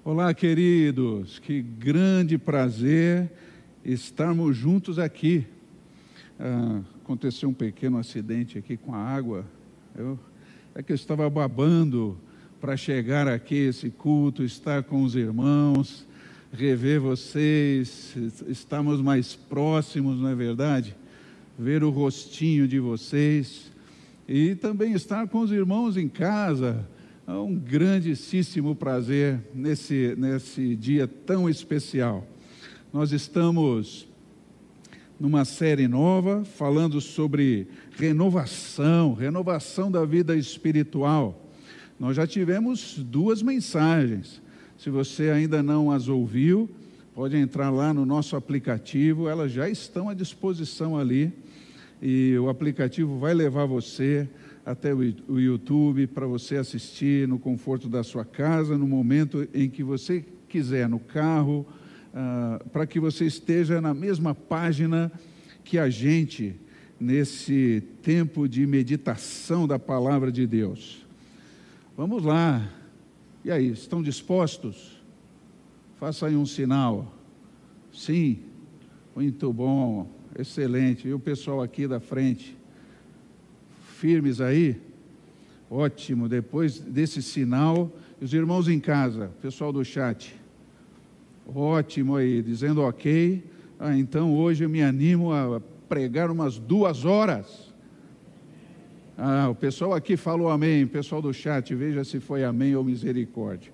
Olá, queridos, que grande prazer estarmos juntos aqui. Aconteceu um pequeno acidente aqui com a água. Eu estava babando para chegar aqui esse culto, estar com os irmãos, rever vocês, estamos mais próximos, não é verdade? Ver o rostinho de vocês e também estar com os irmãos em casa. É um grandíssimo prazer nesse dia tão especial. Nós estamos numa série nova, falando sobre renovação da vida espiritual. Nós já tivemos 2 mensagens. Se você ainda não as ouviu, pode entrar lá no nosso aplicativo, elas já estão à disposição ali, e o aplicativo vai levar você até o YouTube para você assistir no conforto da sua casa, no momento em que você quiser, no carro, para que você esteja na mesma página que a gente, nesse tempo de meditação da Palavra de Deus. Vamos lá. E aí, estão dispostos? Faça aí um sinal. Sim, muito bom, excelente. E o pessoal aqui da frente? Firmes aí? Ótimo. Depois desse sinal, os irmãos em casa, pessoal do chat, ótimo aí, dizendo ok. Então hoje eu me animo a pregar umas 2 horas. O pessoal aqui falou amém, pessoal do chat, veja se foi amém ou misericórdia.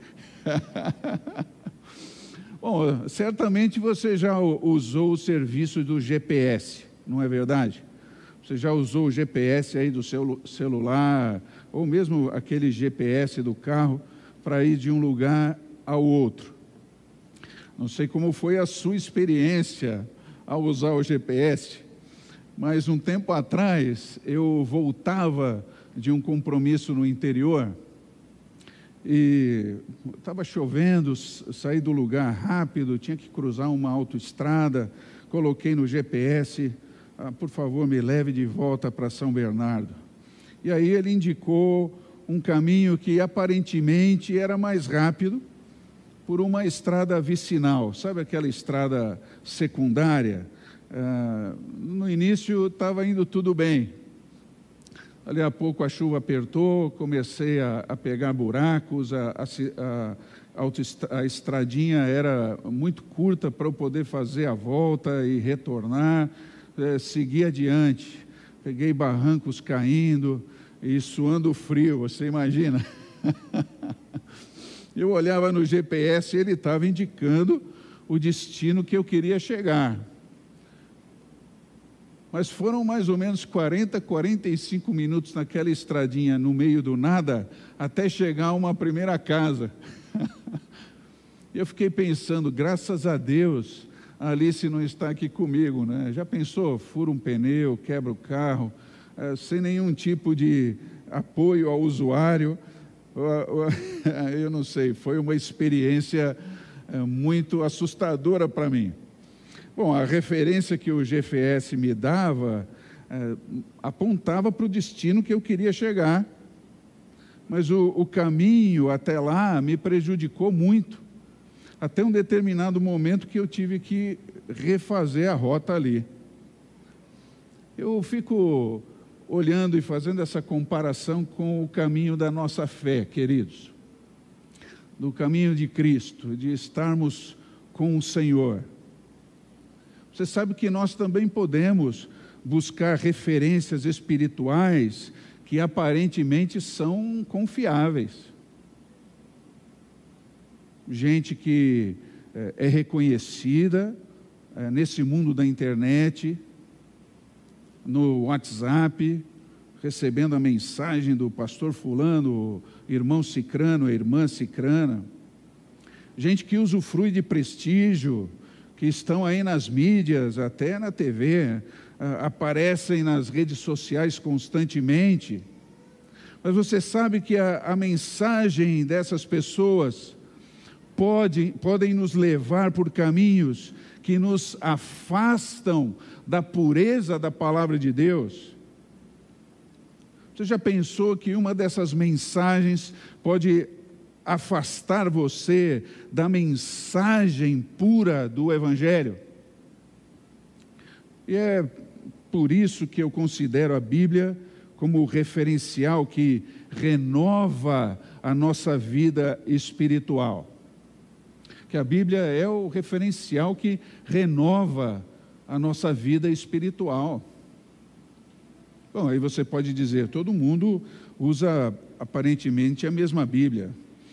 Bom, certamente você já usou o serviço do GPS, não é verdade? Você já usou o GPS aí do seu celular, ou mesmo aquele GPS do carro, para ir de um lugar ao outro. Não sei como foi a sua experiência ao usar o GPS, mas um tempo atrás eu voltava de um compromisso no interior, e estava chovendo, saí do lugar rápido, tinha que cruzar uma autoestrada, coloquei no GPS, por favor, me leve de volta para São Bernardo. E aí ele indicou um caminho que aparentemente era mais rápido, por uma estrada vicinal, sabe aquela estrada secundária? No início estava indo tudo bem. Ali a pouco a chuva apertou, comecei a pegar buracos, a estradinha era muito curta para eu poder fazer a volta e retornar. Segui adiante, peguei barrancos caindo e suando frio, você imagina? Eu olhava no GPS e ele estava indicando o destino que eu queria chegar. Mas foram mais ou menos 45 minutos naquela estradinha, no meio do nada, até chegar a uma primeira casa. Eu fiquei pensando, graças a Deus, a Alice não está aqui comigo, né? Já pensou, fura um pneu, quebra o carro, sem nenhum tipo de apoio ao usuário? Eu não sei, foi uma experiência muito assustadora para mim. Bom, a referência que o GPS me dava apontava para o destino que eu queria chegar, mas o caminho até lá me prejudicou muito, até um determinado momento que eu tive que refazer a rota ali. Eu fico olhando e fazendo essa comparação com o caminho da nossa fé, queridos, do caminho de Cristo, de estarmos com o Senhor. Você sabe que nós também podemos buscar referências espirituais que aparentemente são confiáveis. Gente que é reconhecida nesse mundo da internet, no WhatsApp, recebendo a mensagem do pastor fulano, irmão cicrano, irmã cicrana. Gente que usufrui de prestígio, que estão aí nas mídias, até na TV, aparecem nas redes sociais constantemente. Mas você sabe que a mensagem dessas pessoas podem nos levar por caminhos que nos afastam da pureza da palavra de Deus. Você já pensou que uma dessas mensagens pode afastar você da mensagem pura do Evangelho. E é por isso que eu considero a Bíblia como o referencial que renova a nossa vida espiritual. Que a Bíblia é o referencial que renova a nossa vida espiritual. Bom, aí você pode dizer, todo mundo usa aparentemente a mesma Bíblia.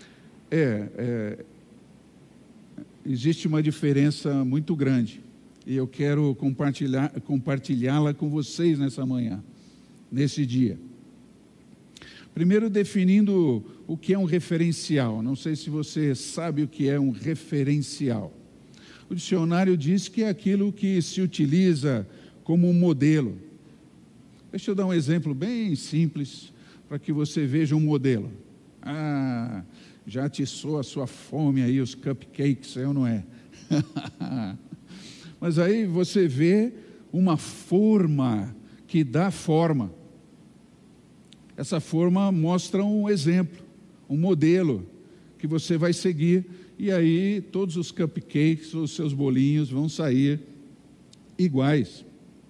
Existe uma diferença muito grande. E eu quero compartilhá-la com vocês nessa manhã, nesse dia. Primeiro, definindo o que é um referencial. Não sei se você sabe o que é um referencial. O dicionário diz que é aquilo que se utiliza como um modelo. Deixa eu dar um exemplo bem simples para que você veja um modelo. Já atiçou a sua fome aí, os cupcakes, é ou não é? Mas aí você vê uma forma que dá forma. Essa forma mostra um exemplo, um modelo que você vai seguir. E aí todos os cupcakes, os seus bolinhos vão sair iguais.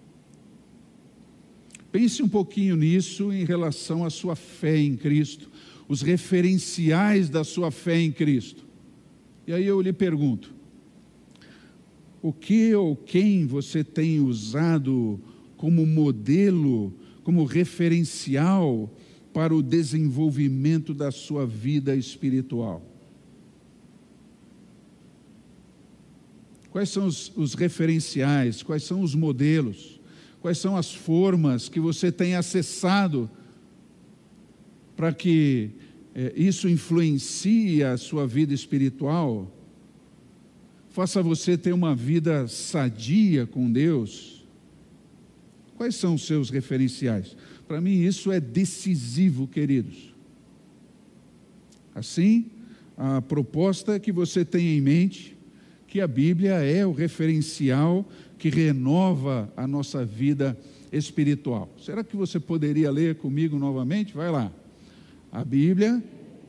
Pense um pouquinho nisso em relação à sua fé em Cristo, os referenciais da sua fé em Cristo. E aí eu lhe pergunto, o que ou quem você tem usado como modelo, como referencial para o desenvolvimento da sua vida espiritual? Quais são os referenciais, quais são os modelos? Quais são as formas que você tem acessado para que isso influencie a sua vida espiritual? Faça você ter uma vida sadia com Deus? Quais são os seus referenciais? Para mim isso é decisivo, queridos. Assim, a proposta é que você tenha em mente que a Bíblia é o referencial que renova a nossa vida espiritual. Será que você poderia ler comigo novamente? Vai lá. A Bíblia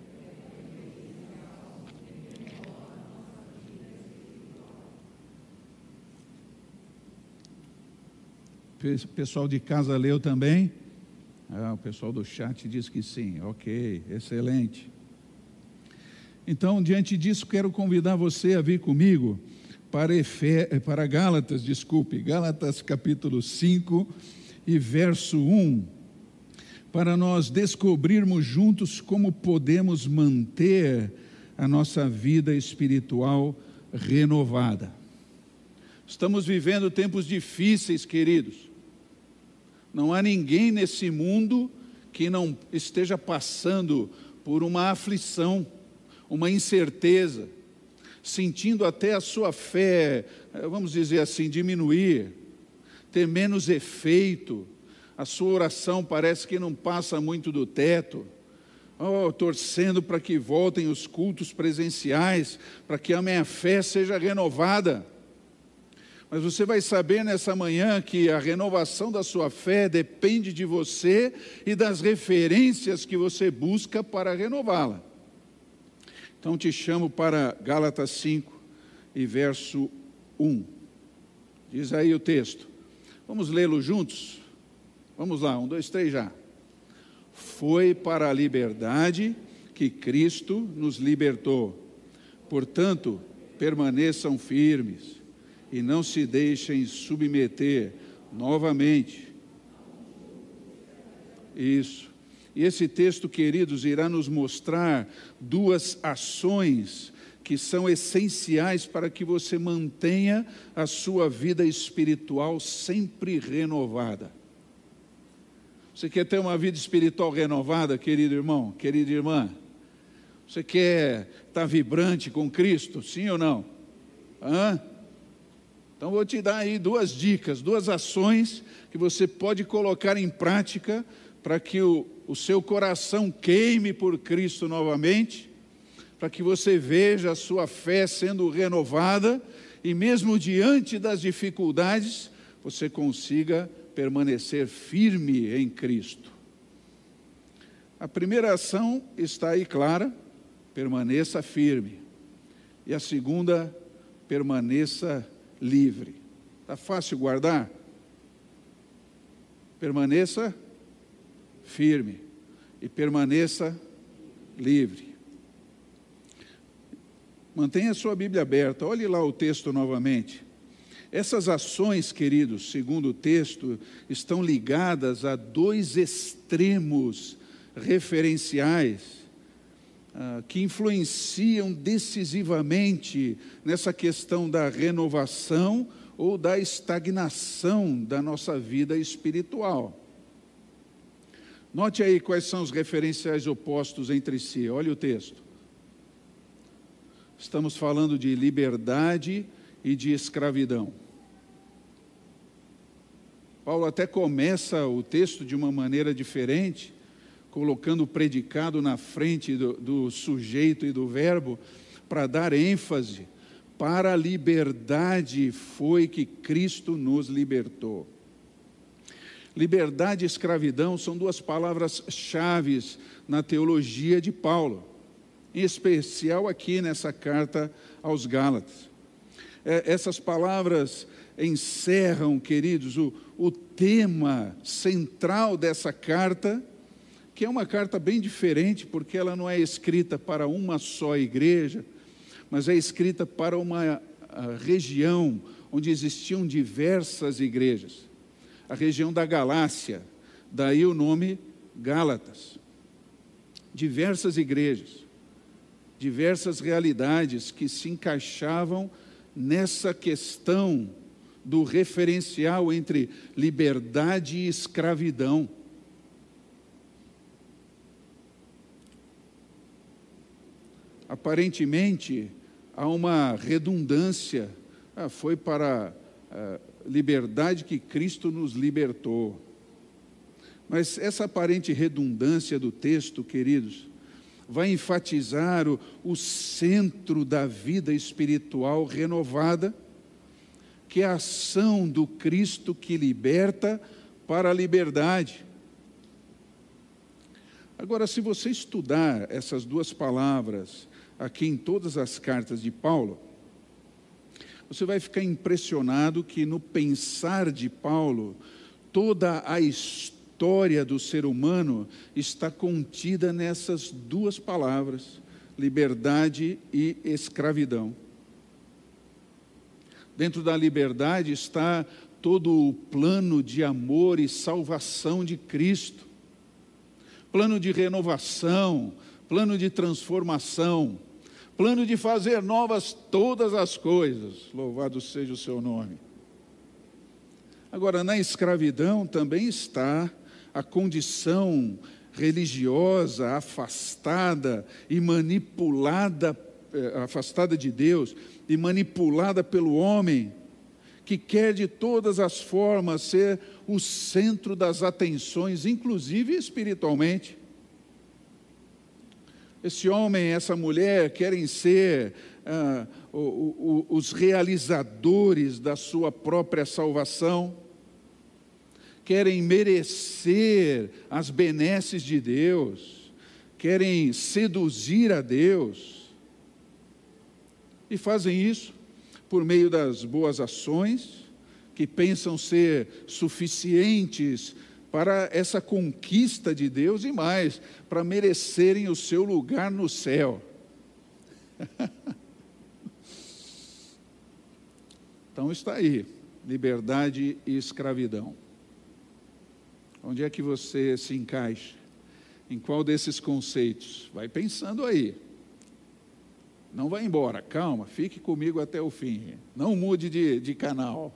o pessoal de casa leu também? O pessoal do chat diz que sim. Ok, excelente. Então, diante disso, quero convidar você a vir comigo para Gálatas capítulo 5 e verso 1, para nós descobrirmos juntos como podemos manter a nossa vida espiritual renovada. Estamos vivendo tempos difíceis, queridos. Não há ninguém nesse mundo que não esteja passando por uma aflição, uma incerteza, sentindo até a sua fé, vamos dizer assim, diminuir, ter menos efeito. A sua oração parece que não passa muito do teto. Torcendo para que voltem os cultos presenciais, para que a minha fé seja renovada. Mas você vai saber nessa manhã que a renovação da sua fé depende de você e das referências que você busca para renová-la. Então te chamo para Gálatas 5 e verso 1. Diz aí o texto. Vamos lê-lo juntos? Vamos lá, 1, 2, 3 já. Foi para a liberdade que Cristo nos libertou. Portanto, permaneçam firmes e não se deixem submeter novamente. Isso. E esse texto, queridos, irá nos mostrar duas ações que são essenciais para que você mantenha a sua vida espiritual sempre renovada. Você quer ter uma vida espiritual renovada, querido irmão, querida irmã? Você quer estar vibrante com Cristo, sim ou não? Então vou te dar aí duas dicas, duas ações que você pode colocar em prática para que o seu coração queime por Cristo novamente, para que você veja a sua fé sendo renovada e mesmo diante das dificuldades, você consiga permanecer firme em Cristo. A primeira ação está aí clara, permaneça firme. E a segunda, permaneça livre. Está fácil guardar? Permaneça firme e permaneça livre. Mantenha a sua Bíblia aberta, olhe lá o texto novamente. Essas ações, queridos, segundo o texto, estão ligadas a dois extremos referenciais que influenciam decisivamente nessa questão da renovação ou da estagnação da nossa vida espiritual. Note aí quais são os referenciais opostos entre si. Olha o texto. Estamos falando de liberdade e de escravidão. Paulo até começa o texto de uma maneira diferente, colocando o predicado na frente do sujeito e do verbo, para dar ênfase. Para a liberdade foi que Cristo nos libertou. Liberdade e escravidão são duas palavras-chave na teologia de Paulo, em especial aqui nessa carta aos Gálatas. Essas palavras encerram, queridos, o tema central dessa carta, que é uma carta bem diferente, porque ela não é escrita para uma só igreja, mas é escrita para uma região onde existiam diversas igrejas. A região da Galácia, daí o nome Gálatas. Diversas igrejas, diversas realidades que se encaixavam nessa questão do referencial entre liberdade e escravidão. Aparentemente, há uma redundância. Foi para a liberdade que Cristo nos libertou. Mas essa aparente redundância do texto, queridos, vai enfatizar o centro da vida espiritual renovada, que é a ação do Cristo que liberta para a liberdade. Agora, se você estudar essas duas palavras aqui em todas as cartas de Paulo, você vai ficar impressionado que no pensar de Paulo, toda a história do ser humano está contida nessas duas palavras, liberdade e escravidão. Dentro da liberdade está todo o plano de amor e salvação de Cristo, plano de renovação, plano de transformação, plano de fazer novas todas as coisas, louvado seja o seu nome. Agora, na escravidão também está a condição religiosa, afastada e manipulada, afastada de Deus e manipulada pelo homem, que quer de todas as formas ser o centro das atenções, inclusive espiritualmente. Esse homem e essa mulher querem ser os realizadores da sua própria salvação, querem merecer as benesses de Deus, querem seduzir a Deus, e fazem isso por meio das boas ações, que pensam ser suficientes para essa conquista de Deus e mais, para merecerem o seu lugar no céu. Então está aí, liberdade e escravidão. Onde é que você se encaixa? Em qual desses conceitos? Vai pensando aí. Não vai embora, calma, fique comigo até o fim. Não mude de canal.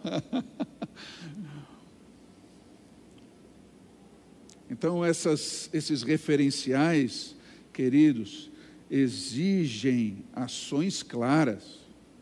Então, esses referenciais, queridos, exigem ações claras.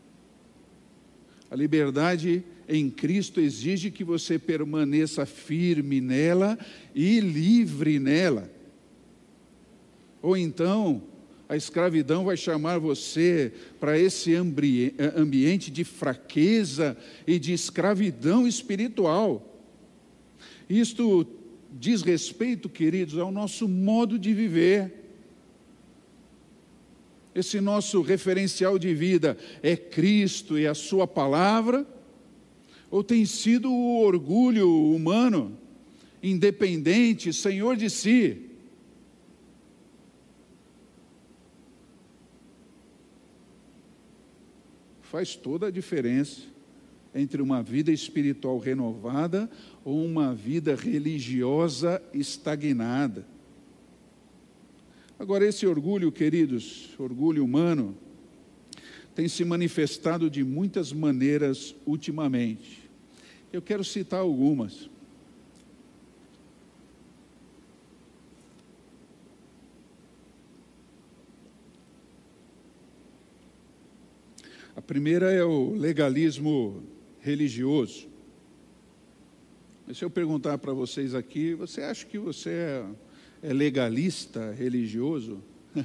A liberdade em Cristo exige que você permaneça firme nela e livre nela. Ou então, a escravidão vai chamar você para esse ambiente de fraqueza e de escravidão espiritual. Isto diz respeito, queridos, ao nosso modo de viver. Esse nosso referencial de vida é Cristo e a sua palavra? Ou tem sido o orgulho humano, independente, senhor de si? Faz toda a diferença entre uma vida espiritual renovada ou uma vida religiosa estagnada. Agora, esse orgulho, queridos, orgulho humano, tem se manifestado de muitas maneiras ultimamente. Eu quero citar algumas. A primeira é o legalismo religioso. Mas se eu perguntar para vocês aqui, você acha que você é legalista religioso?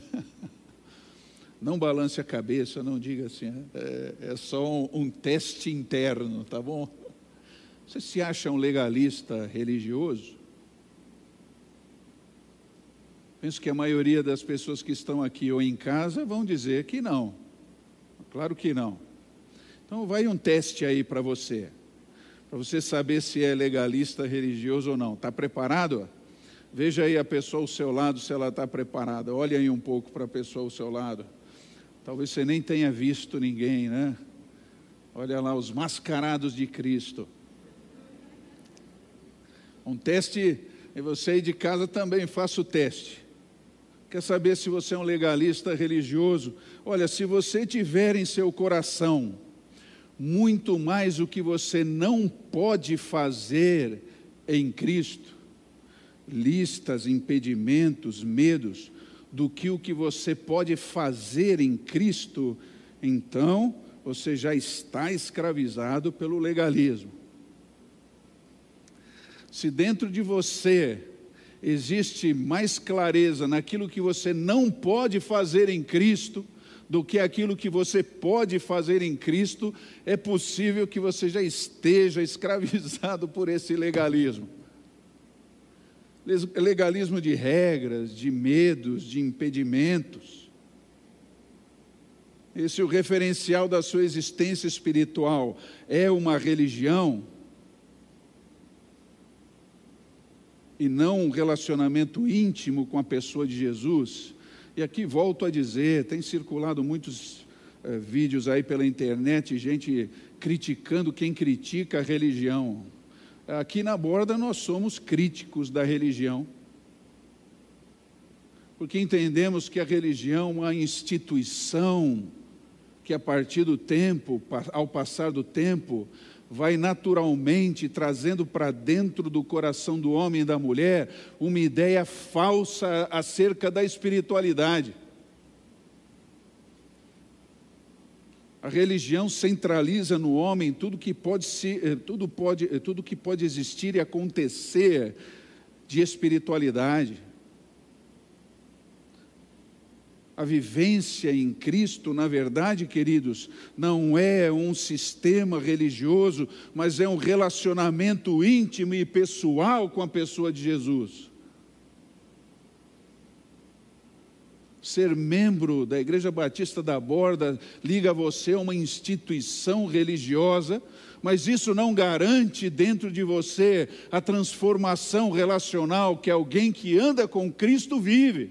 Não balance a cabeça, não diga assim, é só um teste interno, tá bom? Você se acha um legalista religioso? Penso que a maioria das pessoas que estão aqui ou em casa vão dizer que não. Claro que não. Então vai um teste aí para você saber se é legalista religioso ou não. Está preparado? Veja aí a pessoa ao seu lado, se ela está preparada. Olhe aí um pouco para a pessoa ao seu lado. Talvez você nem tenha visto ninguém, né? Olha lá, os mascarados de Cristo. Um teste, e você aí de casa também faça o teste. Quer saber se você é um legalista religioso? Olha, se você tiver em seu coração muito mais o que você não pode fazer em Cristo, listas, impedimentos, medos, do que o que você pode fazer em Cristo, então você já está escravizado pelo legalismo. Se dentro de você existe mais clareza naquilo que você não pode fazer em Cristo do que aquilo que você pode fazer em Cristo, é possível que você já esteja escravizado por esse legalismo. Legalismo de regras, de medos, de impedimentos. Esse é o referencial da sua existência espiritual. É uma religião e não um relacionamento íntimo com a pessoa de Jesus. E aqui volto a dizer, tem circulado muitos vídeos aí pela internet, gente criticando quem critica a religião. Aqui na Borda nós somos críticos da religião, porque entendemos que a religião é uma instituição que a partir do tempo, ao passar do tempo, vai naturalmente trazendo para dentro do coração do homem e da mulher uma ideia falsa acerca da espiritualidade. A religião centraliza no homem tudo que pode existir e acontecer de espiritualidade. A vivência em Cristo, na verdade, queridos, não é um sistema religioso, mas é um relacionamento íntimo e pessoal com a pessoa de Jesus. Ser membro da Igreja Batista da Borda liga você a uma instituição religiosa, mas isso não garante dentro de você a transformação relacional que alguém que anda com Cristo vive.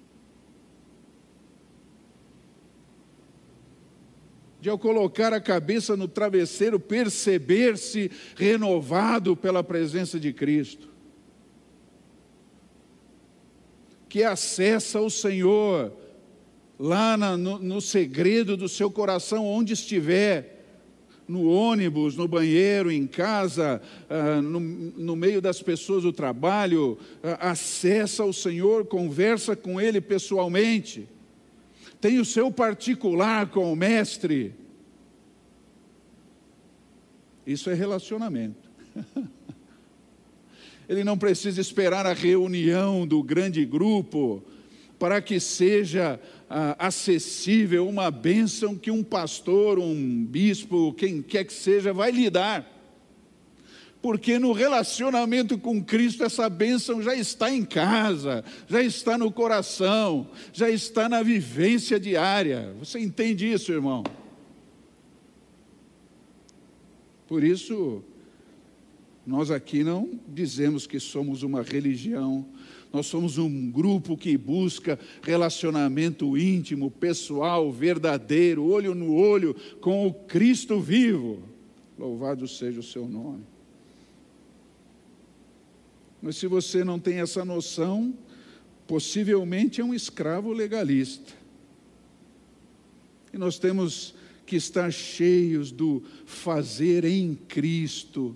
De ao colocar a cabeça no travesseiro, perceber-se renovado pela presença de Cristo. Que acessa o Senhor lá no segredo do seu coração, onde estiver, no ônibus, no banheiro, em casa, no meio das pessoas do trabalho, acessa o Senhor, conversa com Ele pessoalmente, tem o seu particular com o Mestre. Isso é relacionamento. Ele não precisa esperar a reunião do grande grupo para que seja acessível uma bênção que um pastor, um bispo, quem quer que seja, vai lhe dar. Porque no relacionamento com Cristo, essa bênção já está em casa, já está no coração, já está na vivência diária. Você entende isso, irmão? Por isso, nós aqui não dizemos que somos uma religião, nós somos um grupo que busca relacionamento íntimo, pessoal, verdadeiro, olho no olho com o Cristo vivo. Louvado seja o seu nome. Mas se você não tem essa noção, possivelmente é um escravo legalista. E nós temos que estar cheios do fazer em Cristo.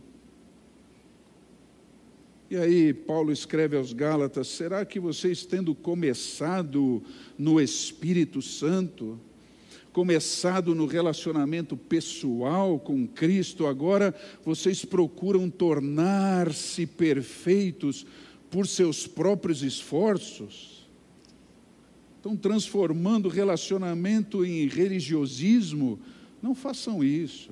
E aí Paulo escreve aos Gálatas: será que vocês, tendo começado no Espírito Santo, começado no relacionamento pessoal com Cristo, agora vocês procuram tornar-se perfeitos por seus próprios esforços? Estão transformando o relacionamento em religiosismo? Não façam isso.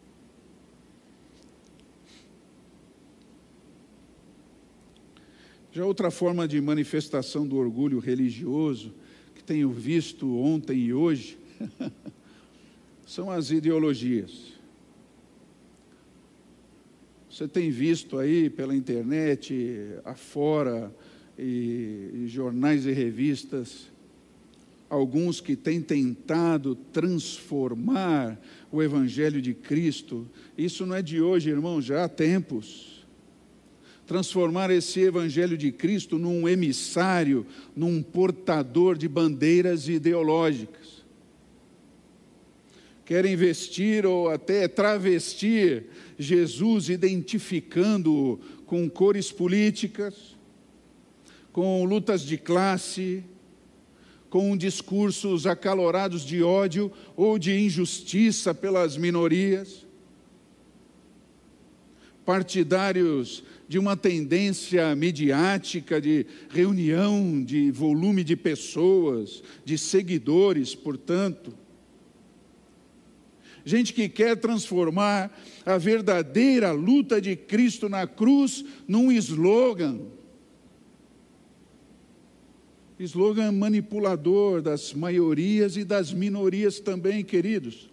Já outra forma de manifestação do orgulho religioso, que tenho visto ontem e hoje, são as ideologias. Você tem visto aí pela internet, afora, e jornais e revistas, alguns que têm tentado transformar o Evangelho de Cristo. Isso não é de hoje, irmão, já há tempos. Transformar esse Evangelho de Cristo num emissário, num portador de bandeiras ideológicas. Querem vestir ou até travestir Jesus, identificando-o com cores políticas, com lutas de classe, com discursos acalorados de ódio ou de injustiça pelas minorias, partidários de uma tendência midiática de reunião de volume de pessoas, de seguidores, portanto. Gente que quer transformar a verdadeira luta de Cristo na cruz num slogan. Slogan manipulador das maiorias e das minorias também, queridos.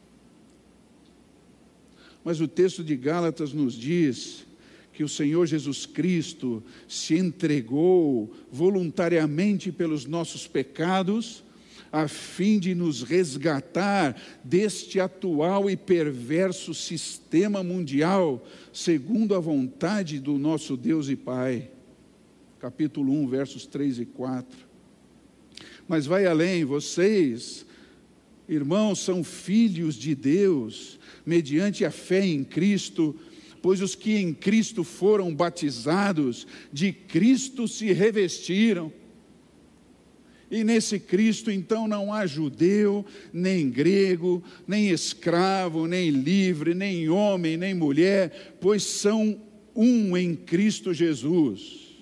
Mas o texto de Gálatas nos diz que o Senhor Jesus Cristo se entregou voluntariamente pelos nossos pecados, a fim de nos resgatar deste atual e perverso sistema mundial, segundo a vontade do nosso Deus e Pai. Capítulo 1, versos 3 e 4. Mas vai além, vocês, irmãos, são filhos de Deus, mediante a fé em Cristo, pois os que em Cristo foram batizados, de Cristo se revestiram. E nesse Cristo, então, não há judeu, nem grego, nem escravo, nem livre, nem homem, nem mulher, pois são um em Cristo Jesus.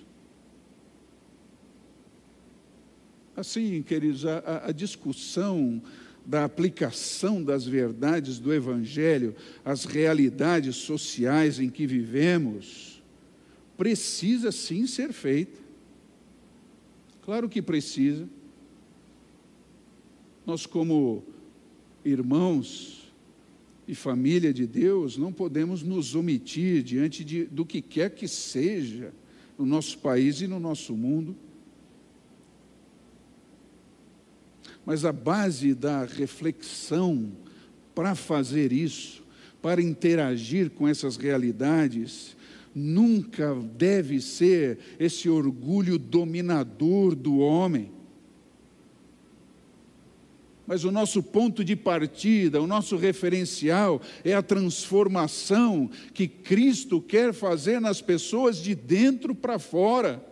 Assim, queridos, a discussão da aplicação das verdades do Evangelho às realidades sociais em que vivemos, precisa sim ser feita. Claro que precisa. Nós, como irmãos e família de Deus, não podemos nos omitir diante do que quer que seja no nosso país e no nosso mundo. Mas a base da reflexão para fazer isso, para interagir com essas realidades, nunca deve ser esse orgulho dominador do homem. Mas o nosso ponto de partida, o nosso referencial é a transformação que Cristo quer fazer nas pessoas de dentro para fora.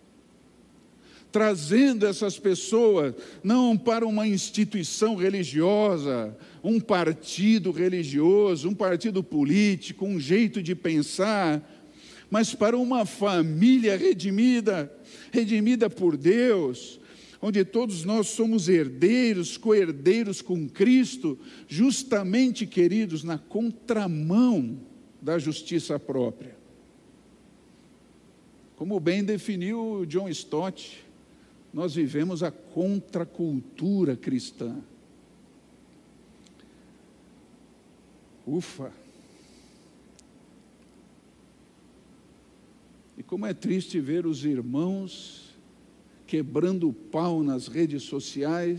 Trazendo essas pessoas não para uma instituição religiosa, um partido religioso, um partido político, um jeito de pensar, mas para uma família redimida por Deus, onde todos nós somos herdeiros, co-herdeiros com Cristo, justamente, queridos, na contramão da justiça própria. Como bem definiu John Stott, nós vivemos a contracultura cristã. Ufa! E como é triste ver os irmãos quebrando o pau nas redes sociais,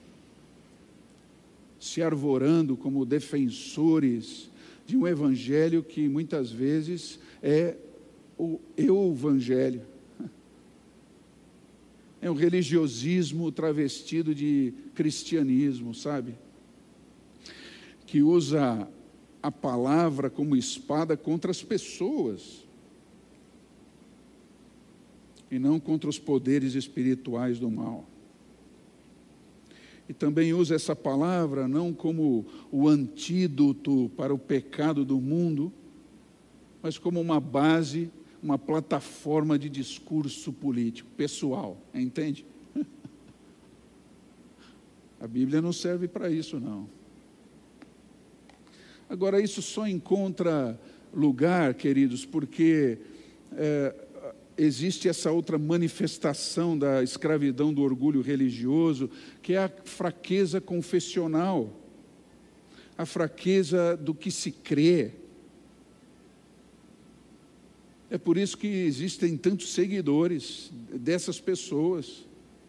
se arvorando como defensores de um evangelho que muitas vezes é o eu-evangelho. É um religiosismo travestido de cristianismo, sabe? Que usa a palavra como espada contra as pessoas e não contra os poderes espirituais do mal. E também usa essa palavra não como o antídoto para o pecado do mundo, mas como uma base, uma plataforma de discurso político, pessoal, entende? A Bíblia não serve para isso, não. Agora, isso só encontra lugar, queridos, porque existe essa outra manifestação da escravidão do orgulho religioso, que é a fraqueza confessional, a fraqueza do que se crê. É por isso que existem tantos seguidores dessas pessoas.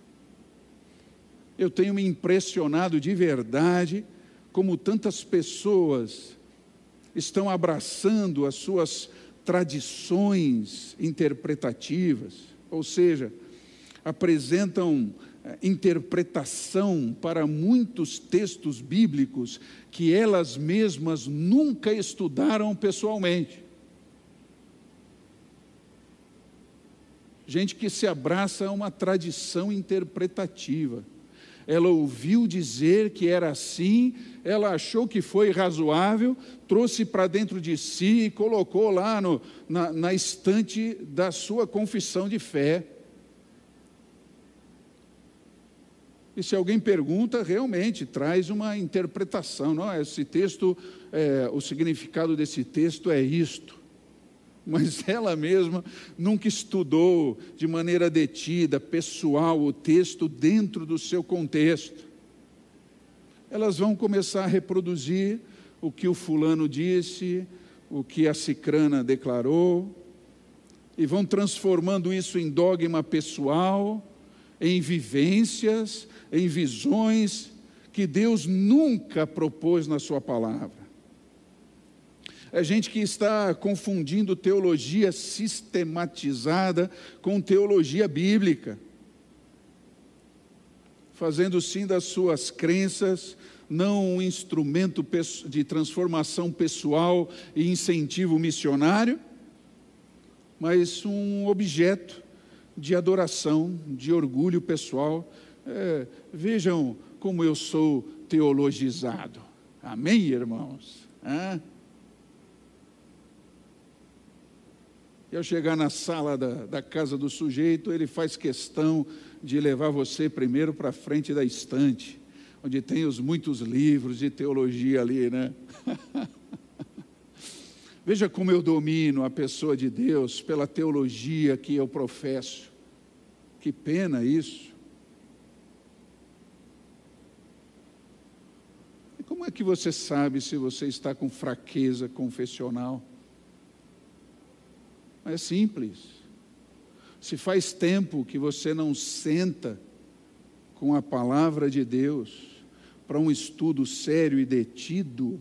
Eu tenho me impressionado de verdade como tantas pessoas estão abraçando as suas tradições interpretativas, ou seja, apresentam interpretação para muitos textos bíblicos que elas mesmas nunca estudaram pessoalmente. Gente que se abraça a uma tradição interpretativa. Ela ouviu dizer que era assim, ela achou que foi razoável, trouxe para dentro de si e colocou lá na estante da sua confissão de fé. E se alguém pergunta, realmente traz uma interpretação. Não, esse texto, o significado desse texto é isto. Mas ela mesma nunca estudou de maneira detida, pessoal, o texto dentro do seu contexto. Elas vão começar a reproduzir o que o fulano disse, o que a cicrana declarou, e vão transformando isso em dogma pessoal, em vivências, em visões que Deus nunca propôs na sua palavra. É gente que está confundindo teologia sistematizada com teologia bíblica, fazendo sim das suas crenças não um instrumento de transformação pessoal e incentivo missionário, mas um objeto de adoração, de orgulho pessoal. Vejam como eu sou teologizado. Amém, irmãos? E ao chegar na sala da casa do sujeito, ele faz questão de levar você primeiro para a frente da estante, onde tem os muitos livros de teologia ali, né? Veja como eu domino a pessoa de Deus pela teologia que eu professo. Que pena isso. E como é que você sabe se você está com fraqueza confessional? É simples. Se faz tempo que você não senta com a palavra de Deus para um estudo sério e detido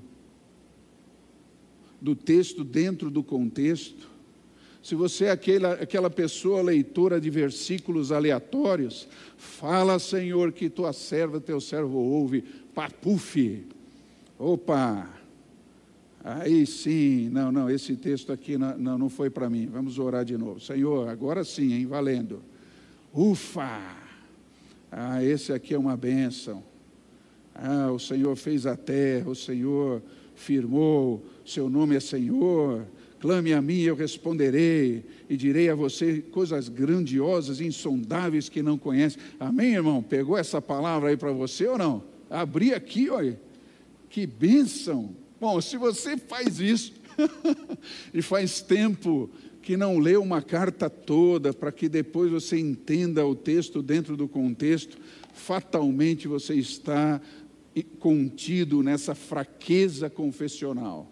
do texto dentro do contexto, se você é aquela pessoa leitora de versículos aleatórios, fala, Senhor, que tua serva, teu servo ouve, papuf, opa, aí sim, não, esse texto aqui não foi para mim, vamos orar de novo. Senhor, agora sim, hein, valendo. Ufa! Esse aqui é uma bênção. O Senhor fez a terra, o Senhor firmou, seu nome é Senhor. Clame a mim, eu responderei, e direi a você coisas grandiosas, insondáveis que não conhece. Amém, irmão? Pegou essa palavra aí para você ou não? Abri aqui, olha, que bênção. Bom, se você faz isso, E faz tempo que não lê uma carta toda, para que depois você entenda o texto dentro do contexto, fatalmente você está contido nessa fraqueza confessional.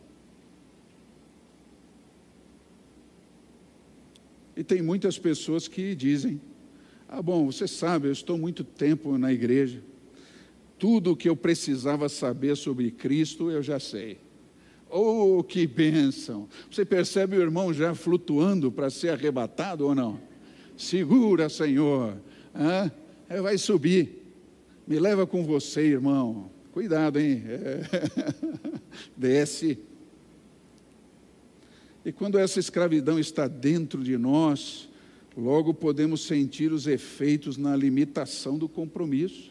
E tem muitas pessoas que dizem: bom, você sabe, eu estou muito tempo na igreja, tudo o que eu precisava saber sobre Cristo eu já sei. Oh, que bênção! Você percebe o irmão já flutuando para ser arrebatado ou não? Segura, Senhor, vai subir, me leva com você, irmão, cuidado, hein? Desce. E quando essa escravidão está dentro de nós, logo podemos sentir os efeitos na limitação do compromisso,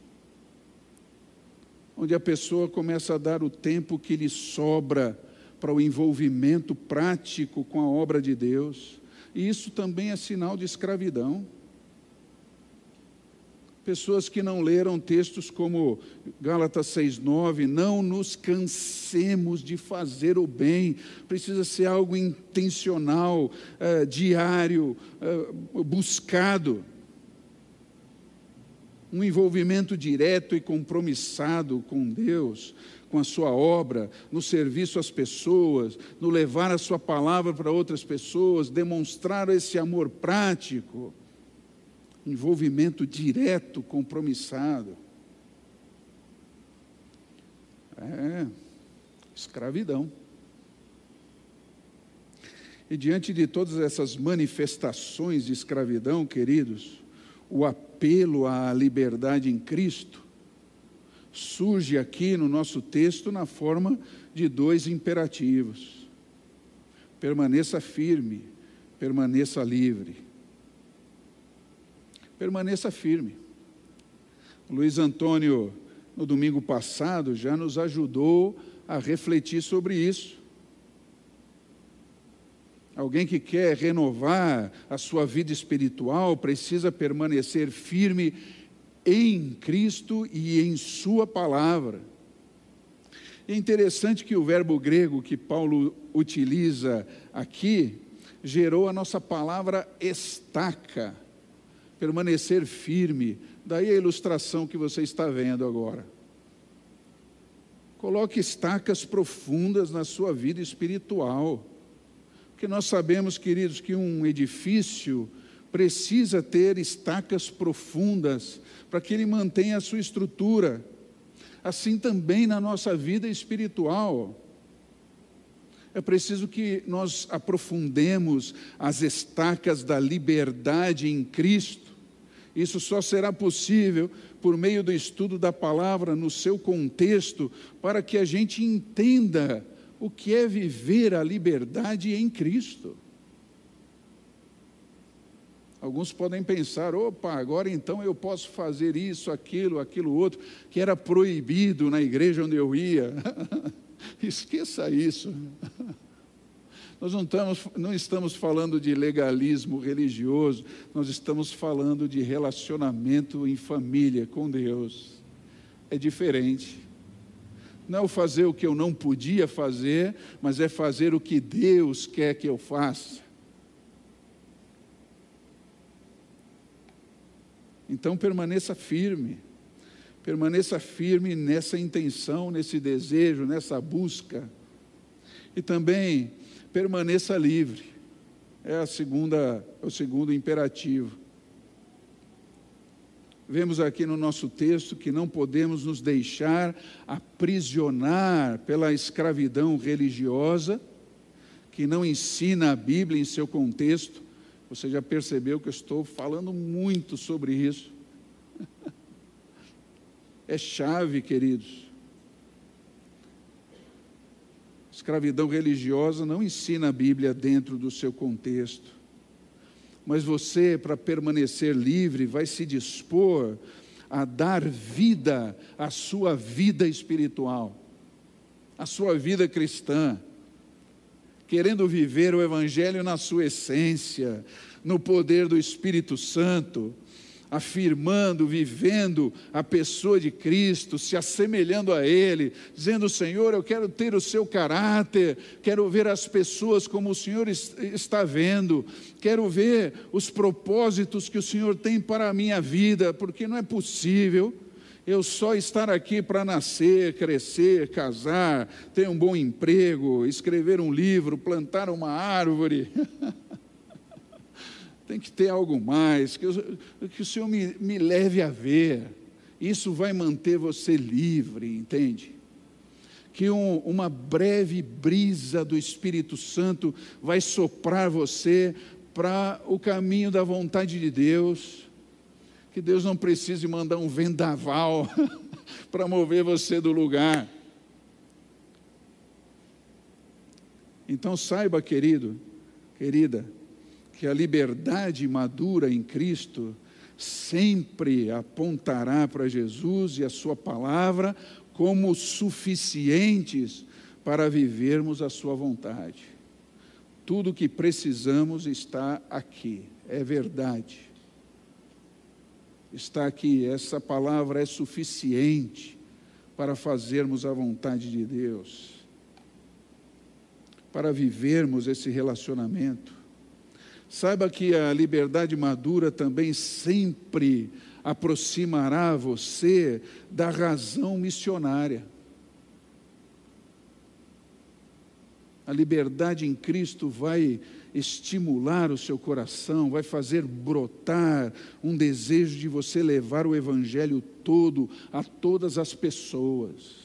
onde a pessoa começa a dar o tempo que lhe sobra para o envolvimento prático com a obra de Deus, e isso também é sinal de escravidão. Pessoas que não leram textos como Gálatas 6:9, não nos cansemos de fazer o bem, precisa ser algo intencional, diário, buscado. Um envolvimento direto e compromissado com Deus, com a sua obra, no serviço às pessoas, no levar a sua palavra para outras pessoas, demonstrar esse amor prático. Envolvimento direto, compromissado. Escravidão. E diante de todas essas manifestações de escravidão, queridos, o apelo à liberdade em Cristo surge aqui no nosso texto na forma de 2 imperativos: permaneça firme, permaneça livre. Permaneça firme. Luiz Antônio, no domingo passado, já nos ajudou a refletir sobre isso. Alguém que quer renovar a sua vida espiritual precisa permanecer firme em Cristo e em sua palavra. É interessante que o verbo grego que Paulo utiliza aqui gerou a nossa palavra estaca, permanecer firme. Daí a ilustração que você está vendo agora. Coloque estacas profundas na sua vida espiritual. Porque nós sabemos, queridos, que um edifício precisa ter estacas profundas para que ele mantenha a sua estrutura. Assim também na nossa vida espiritual. É preciso que nós aprofundemos as estacas da liberdade em Cristo. Isso só será possível por meio do estudo da palavra no seu contexto, para que a gente entenda o que é viver a liberdade em Cristo. Alguns podem pensar: opa, agora então eu posso fazer isso, aquilo outro, que era proibido na igreja onde eu ia. Esqueça isso. Nós não estamos falando de legalismo religioso, nós estamos falando de relacionamento em família com Deus. É diferente. Não é fazer o que eu não podia fazer, mas é fazer o que Deus quer que eu faça. Então permaneça firme nessa intenção, nesse desejo, nessa busca. E também permaneça livre, é o segundo imperativo. Vemos aqui no nosso texto que não podemos nos deixar aprisionar pela escravidão religiosa, que não ensina a Bíblia em seu contexto. Você já percebeu que eu estou falando muito sobre isso. É chave, queridos. Escravidão religiosa não ensina a Bíblia dentro do seu contexto. Mas você, para permanecer livre, vai se dispor a dar vida à sua vida espiritual, à sua vida cristã, querendo viver o Evangelho na sua essência, no poder do Espírito Santo, afirmando, vivendo a pessoa de Cristo, se assemelhando a Ele, dizendo: Senhor, eu quero ter o seu caráter, quero ver as pessoas como o Senhor está vendo, quero ver os propósitos que o Senhor tem para a minha vida, porque não é possível eu só estar aqui para nascer, crescer, casar, ter um bom emprego, escrever um livro, plantar uma árvore. Tem que ter algo mais, que o Senhor me leve a ver. Isso vai manter você livre, entende? Que uma breve brisa do Espírito Santo vai soprar você para o caminho da vontade de Deus. Que Deus não precise mandar um vendaval para mover você do lugar. Então saiba, querido, querida, que a liberdade madura em Cristo sempre apontará para Jesus e a sua palavra como suficientes para vivermos a sua vontade. Tudo o que precisamos está aqui, é verdade. Está aqui, essa palavra é suficiente para fazermos a vontade de Deus, para vivermos esse relacionamento. Saiba que a liberdade madura também sempre aproximará você da razão missionária. A liberdade em Cristo vai estimular o seu coração, vai fazer brotar um desejo de você levar o Evangelho todo a todas as pessoas.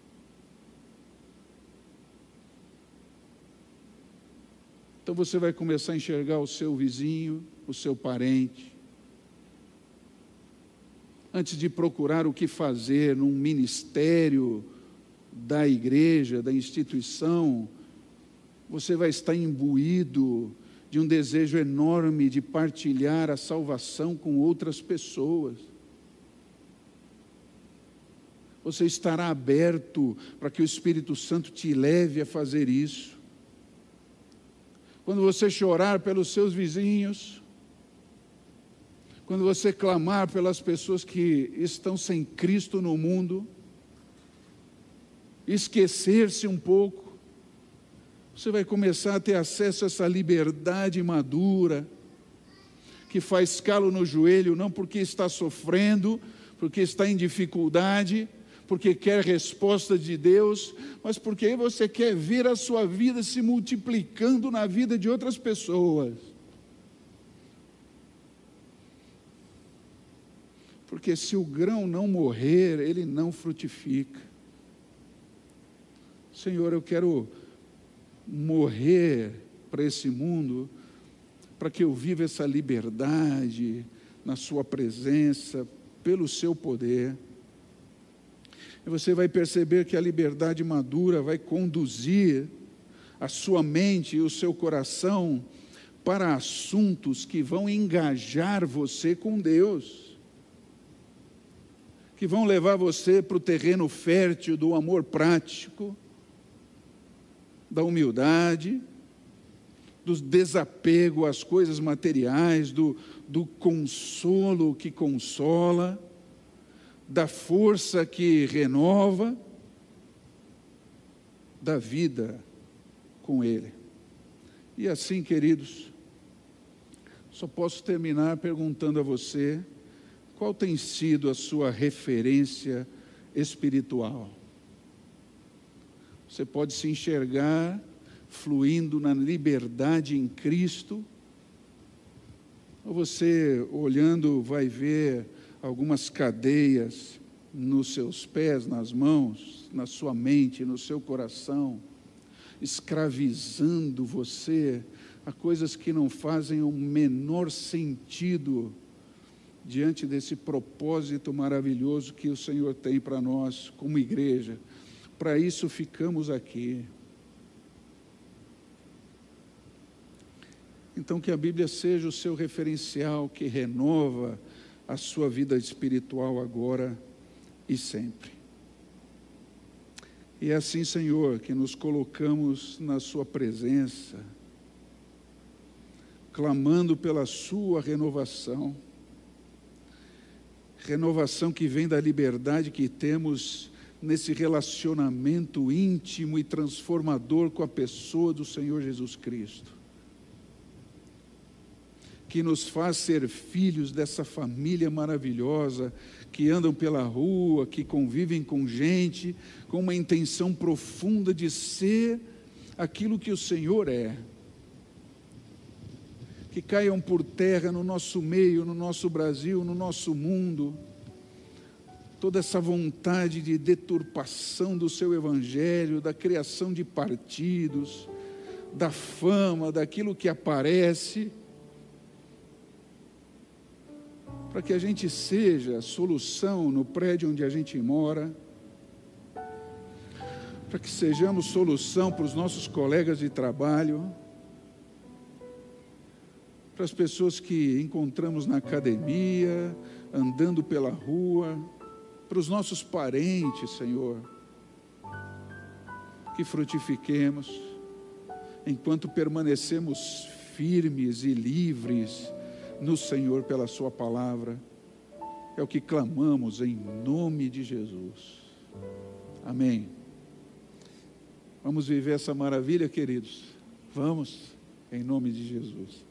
Então você vai começar a enxergar o seu vizinho, o seu parente. Antes de procurar o que fazer num ministério da igreja, da instituição, você vai estar imbuído de um desejo enorme de partilhar a salvação com outras pessoas. Você estará aberto para que o Espírito Santo te leve a fazer isso. Quando você chorar pelos seus vizinhos, quando você clamar pelas pessoas que estão sem Cristo no mundo, esquecer-se um pouco, você vai começar a ter acesso a essa liberdade madura, que faz calo no joelho, não porque está sofrendo, porque está em dificuldade, porque quer resposta de Deus, mas porque você quer ver a sua vida se multiplicando na vida de outras pessoas. Porque se o grão não morrer, ele não frutifica. Senhor, eu quero morrer para esse mundo, para que eu viva essa liberdade na sua presença, pelo seu poder. E você vai perceber que a liberdade madura vai conduzir a sua mente e o seu coração para assuntos que vão engajar você com Deus, que vão levar você para o terreno fértil do amor prático, da humildade, do desapego às coisas materiais, do consolo que consola, da força que renova, da vida com Ele. E assim, queridos, só posso terminar perguntando a você, qual tem sido a sua referência espiritual? Você pode se enxergar fluindo na liberdade em Cristo, ou você, olhando, vai ver algumas cadeias nos seus pés, nas mãos, na sua mente, no seu coração, escravizando você a coisas que não fazem o menor sentido diante desse propósito maravilhoso que o Senhor tem para nós como igreja. Para isso ficamos aqui. Então que a Bíblia seja o seu referencial que renova a sua vida espiritual agora e sempre. E é assim, Senhor, que nos colocamos na sua presença, clamando pela sua renovação, renovação que vem da liberdade que temos nesse relacionamento íntimo e transformador com a pessoa do Senhor Jesus Cristo, que nos faz ser filhos dessa família maravilhosa, que andam pela rua, que convivem com gente, com uma intenção profunda de ser aquilo que o Senhor é. Que caiam por terra no nosso meio, no nosso Brasil, no nosso mundo, toda essa vontade de deturpação do seu evangelho, da criação de partidos, da fama, daquilo que aparece, para que a gente seja a solução no prédio onde a gente mora, para que sejamos solução para os nossos colegas de trabalho, para as pessoas que encontramos na academia, andando pela rua, para os nossos parentes, Senhor, que frutifiquemos, enquanto permanecemos firmes e livres no Senhor pela sua palavra. É o que clamamos em nome de Jesus. Amém. Vamos viver essa maravilha, queridos? Vamos, em nome de Jesus.